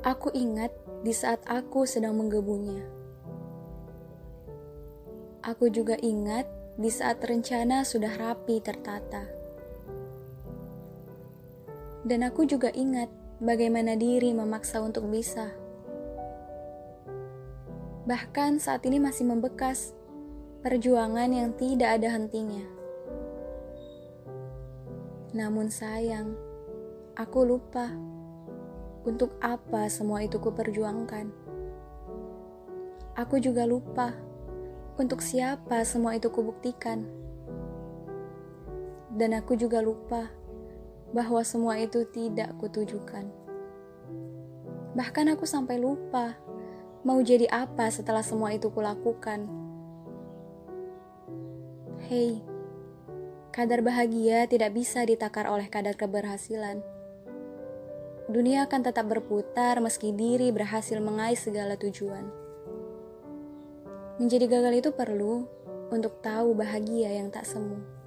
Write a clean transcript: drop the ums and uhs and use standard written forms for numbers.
Aku ingat di saat aku sedang menggebunya. Aku juga ingat di saat rencana sudah rapi tertata. Dan aku juga ingat bagaimana diri memaksa untuk bisa. Bahkan saat ini masih membekas perjuangan yang tidak ada hentinya. Namun sayang, aku lupa untuk apa semua itu kuperjuangkan. Aku juga lupa untuk siapa semua itu kubuktikan. Dan aku juga lupa bahwa semua itu tidak kutujukan. Bahkan aku sampai lupa mau jadi apa setelah semua itu kulakukan. Hei, kadar bahagia tidak bisa ditakar oleh kadar keberhasilan. Dunia akan tetap berputar meski diri berhasil mengais segala tujuan. Menjadi gagal itu perlu untuk tahu bahagia yang tak semu.